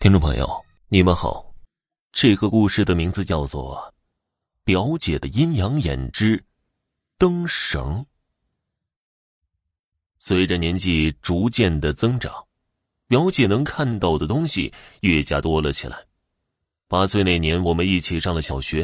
听众朋友，你们好，这个故事的名字叫做《表姐的阴阳眼之灯绳》。随着年纪逐渐的增长，表姐能看到的东西越加多了起来。8岁那年，我们一起上了小学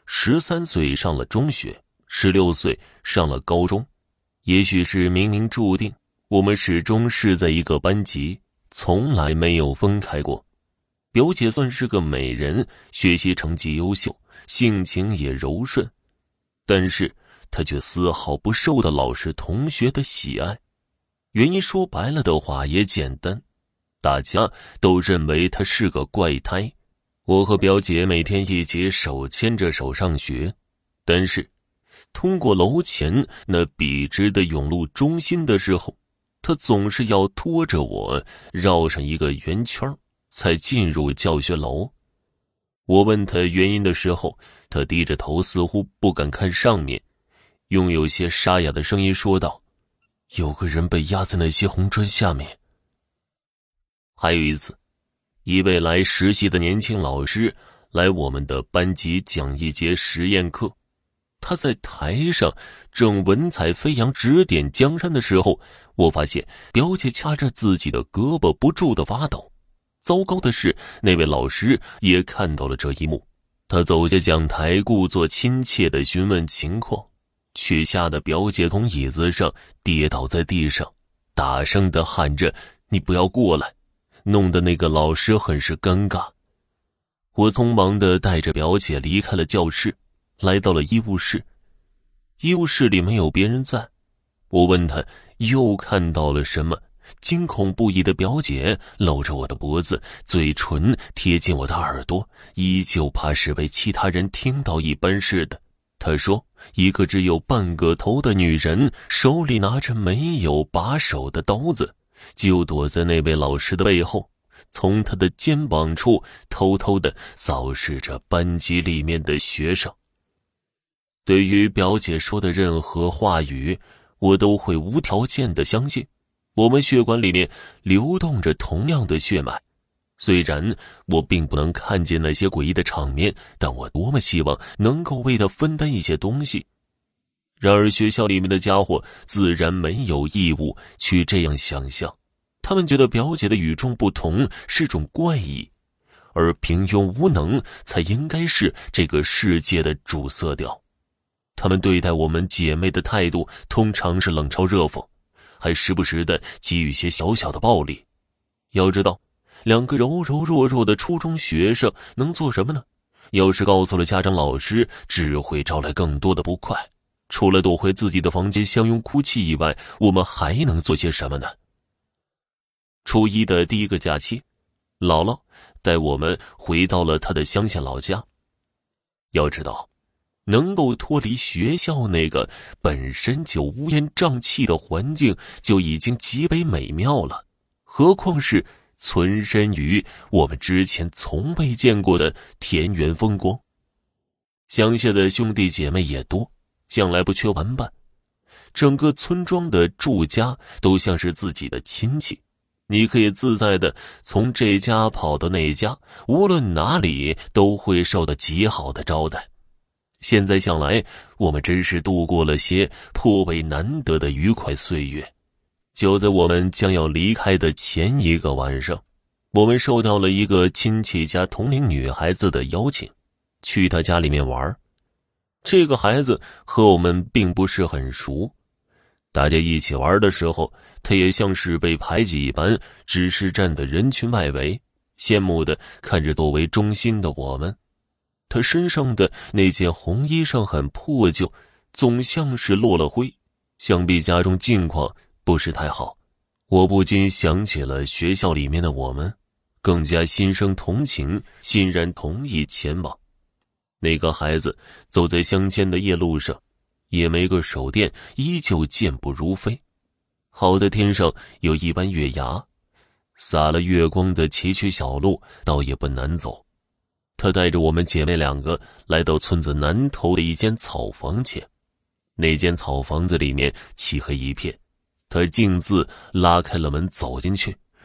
，13岁上了中学，16岁上了高中。也许是冥冥注定，我们始终是在一个班级，从来没有分开过。表姐算是个美人，学习成绩优秀，性情也柔顺，但是她却丝毫不受到老师同学的喜爱。原因说白了的话也简单，大家都认为她是个怪胎。我和表姐每天一起手牵着手上学，但是通过楼前那笔直的甬路中心的时候，她总是要拖着我绕上一个圆圈才进入教学楼。我问他原因的时候，他低着头，似乎不敢看上面，用有些沙哑的声音说道：“有个人被压在那些红砖下面。”还有一次，一位来实习的年轻老师来我们的班级讲一节实验课，他在台上正文采飞扬指点江山的时候，我发现表姐掐着自己的胳膊不住地发抖。糟糕的是，那位老师也看到了这一幕，他走下讲台，故作亲切地询问情况，却吓得表姐从椅子上跌倒在地上，大声地喊着：“你不要过来！”弄得那个老师很是尴尬。我匆忙地带着表姐离开了教室，来到了医务室。医务室里没有别人在，我问她又看到了什么。惊恐不已的表姐搂着我的脖子，嘴唇贴近我的耳朵，依旧怕是被其他人听到一般似的。她说，一个只有半个头的女人手里拿着没有把手的刀子，就躲在那位老师的背后，从他的肩膀处偷偷地扫视着班级里面的学生。对于表姐说的任何话语，我都会无条件地相信。我们血管里面流动着同样的血脉，虽然我并不能看见那些诡异的场面，但我多么希望能够为他分担一些东西。然而学校里面的家伙自然没有义务去这样想象，他们觉得表姐的与众不同是种怪异，而平庸无能才应该是这个世界的主色调。他们对待我们姐妹的态度通常是冷嘲热讽，还时不时地给予些小小的暴力。要知道，两个柔柔弱弱的初中学生能做什么呢？要是告诉了家长老师，只会招来更多的不快。除了躲回自己的房间相拥哭泣以外，我们还能做些什么呢？初一的第一个假期，姥姥带我们回到了她的乡下老家。要知道，能够脱离学校那个本身就乌烟瘴气的环境就已经极为美妙了，何况是存身于我们之前从未见过的田园风光。乡下的兄弟姐妹也多，向来不缺玩伴，整个村庄的住家都像是自己的亲戚，你可以自在的从这家跑到那家，无论哪里都会受到极好的招待。现在想来，我们真是度过了些颇为难得的愉快岁月。就在我们将要离开的前一个晚上，我们受到了一个亲戚家同龄女孩子的邀请，去她家里面玩。这个孩子和我们并不是很熟，大家一起玩的时候，她也像是被排挤一般，只是站在人群外围，羡慕地看着作为中心的我们。他身上的那件红衣裳很破旧，总像是落了灰，想必家中境况不是太好。我不禁想起了学校里面的我们，更加心生同情，欣然同意前往。那个孩子走在乡间的夜路上，也没个手电，依旧健步如飞。好在天上有一弯月牙，洒了月光的崎岖小路倒也不难走。他带着我们姐妹两个来到村子南头的一间草房前，那间草房子里面漆黑一片，他径自拉开了门走进去，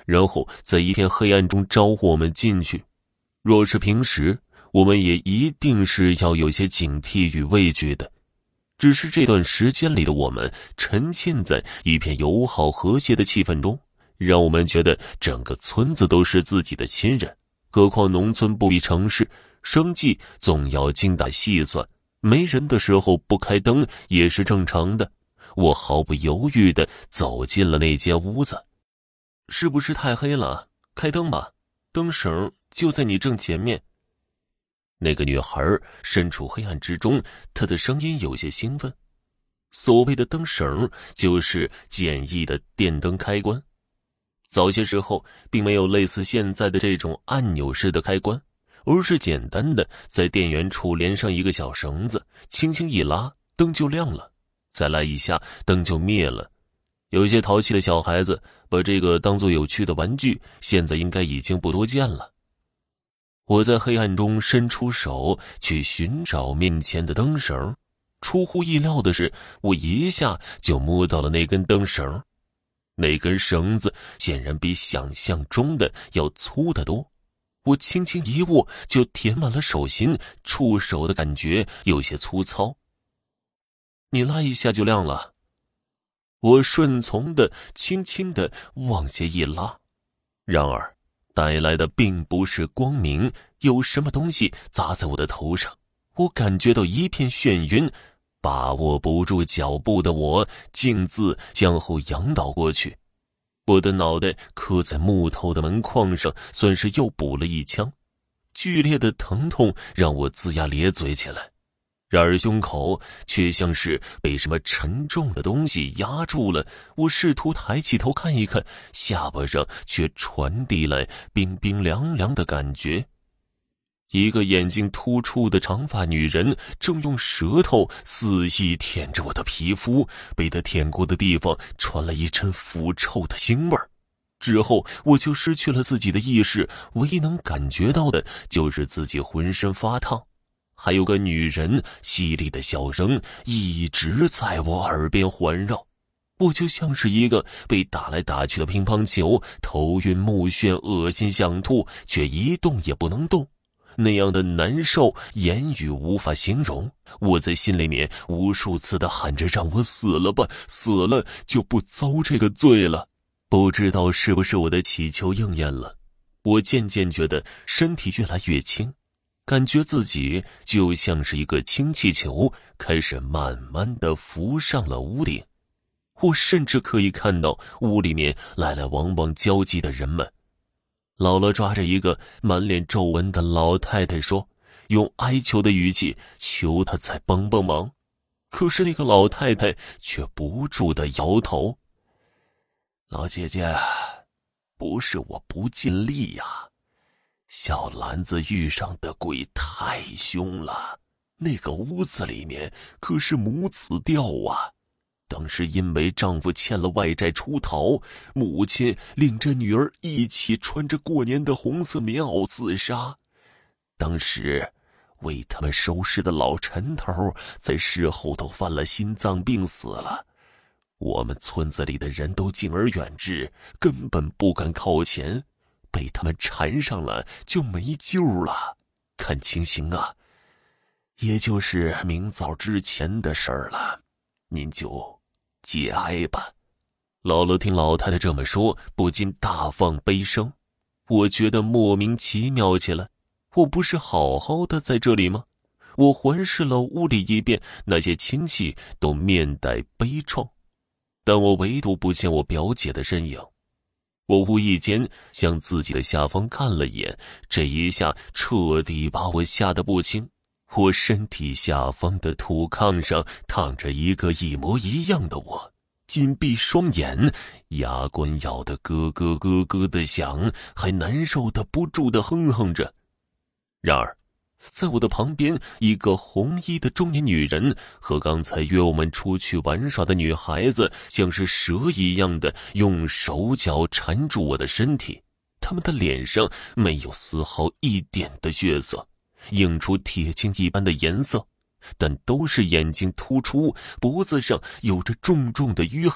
然后在一片黑暗中招呼我们进去。若是平时，我们也一定是要有些警惕与畏惧的。只是这段时间里的我们沉浸在一片友好和谐的气氛中，让我们觉得整个村子都是自己的亲人。何况农村不比城市，生计总要精打细算，没人的时候不开灯也是正常的。我毫不犹豫地走进了那间屋子。是不是太黑了？开灯吧，灯绳就在你正前面。那个女孩身处黑暗之中，她的声音有些兴奋。所谓的灯绳就是简易的电灯开关。早些时候并没有类似现在的这种按钮式的开关，而是简单的在电源处连上一个小绳子，轻轻一拉，灯就亮了，再来一下，灯就灭了。有些淘气的小孩子把这个当作有趣的玩具，现在应该已经不多见了。我在黑暗中伸出手去寻找面前的灯绳，出乎意料的是，我一下就摸到了那根灯绳。那根绳子显然比想象中的要粗得多，我轻轻一握就填满了手心，触手的感觉有些粗糙。你拉一下就亮了。我顺从的轻轻的往下一拉，然而带来的并不是光明，有什么东西砸在我的头上，我感觉到一片眩晕，把握不住脚步的我径自向后仰倒过去，我的脑袋磕在木头的门框上，算是又补了一枪。剧烈的疼痛让我龇牙咧嘴起来，然而胸口却像是被什么沉重的东西压住了。我试图抬起头看一看，下巴上却传递来冰冰凉凉的感觉。一个眼睛突出的长发女人正用舌头肆意舔着我的皮肤，被她舔过的地方传来一阵腐臭的腥味儿。之后我就失去了自己的意识，唯一能感觉到的就是自己浑身发烫。还有个女人犀利的笑声一直在我耳边环绕，我就像是一个被打来打去的乒乓球，头晕目眩，恶心想吐，却一动也不能动。那样的难受言语无法形容，我在心里面无数次地喊着让我死了吧，死了就不遭这个罪了。不知道是不是我的祈求应验了，我渐渐觉得身体越来越轻，感觉自己就像是一个氢气球，开始慢慢地浮上了屋顶。我甚至可以看到屋里面来来往往焦急的人们。姥姥抓着一个满脸皱纹的老太太说，用哀求的语气求她再帮帮忙。可是那个老太太却不住地摇头。老姐姐，不是我不尽力呀，小篮子遇上的鬼太凶了，那个屋子里面可是母子吊啊。当时因为丈夫欠了外债出逃，母亲领着女儿一起穿着过年的红色棉袄自杀。当时为他们收尸的老陈头在事后都犯了心脏病死了，我们村子里的人都敬而远之，根本不敢靠前，被他们缠上了就没救了。看情形啊，也就是明早之前的事儿了，您就节哀吧。姥姥听老太太这么说，不禁大放悲声。我觉得莫名其妙起来，我不是好好的在这里吗？我环视了屋里一遍，那些亲戚都面带悲怆，但我唯独不见我表姐的身影。我无意间向自己的下方看了一眼，这一下彻底把我吓得不轻。我身体下方的土炕上躺着一个一模一样的我，紧闭双眼，牙关咬得咯咯咯咯的响，还难受的不住的哼哼着。然而在我的旁边，一个红衣的中年女人和刚才约我们出去玩耍的女孩子像是蛇一样的用手脚缠住我的身体，她们的脸上没有丝毫一点的血色，映出铁青一般的颜色，但都是眼睛突出，脖子上有着重重的淤痕，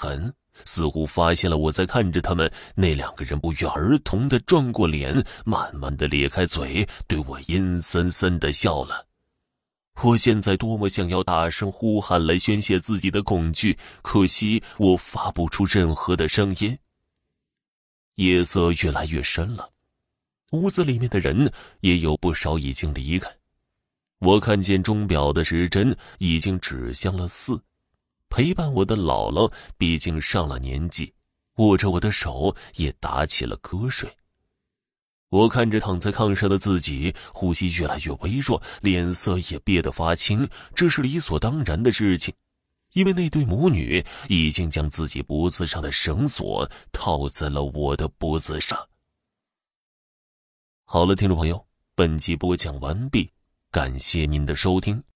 似乎发现了我在看着他们。那2个人不约而同地转过脸，慢慢地咧开嘴，对我阴森森地笑了。我现在多么想要大声呼喊来宣泄自己的恐惧，可惜我发不出任何的声音。夜色越来越深了，屋子里面的人也有不少已经离开。我看见钟表的时针已经指向了4。陪伴我的姥姥毕竟上了年纪，握着我的手也打起了瞌睡。我看着躺在炕上的自己，呼吸越来越微弱，脸色也憋得发青。这是理所当然的事情，因为那对母女已经将自己脖子上的绳索套在了我的脖子上。好了，听众朋友，本集播讲完毕，感谢您的收听。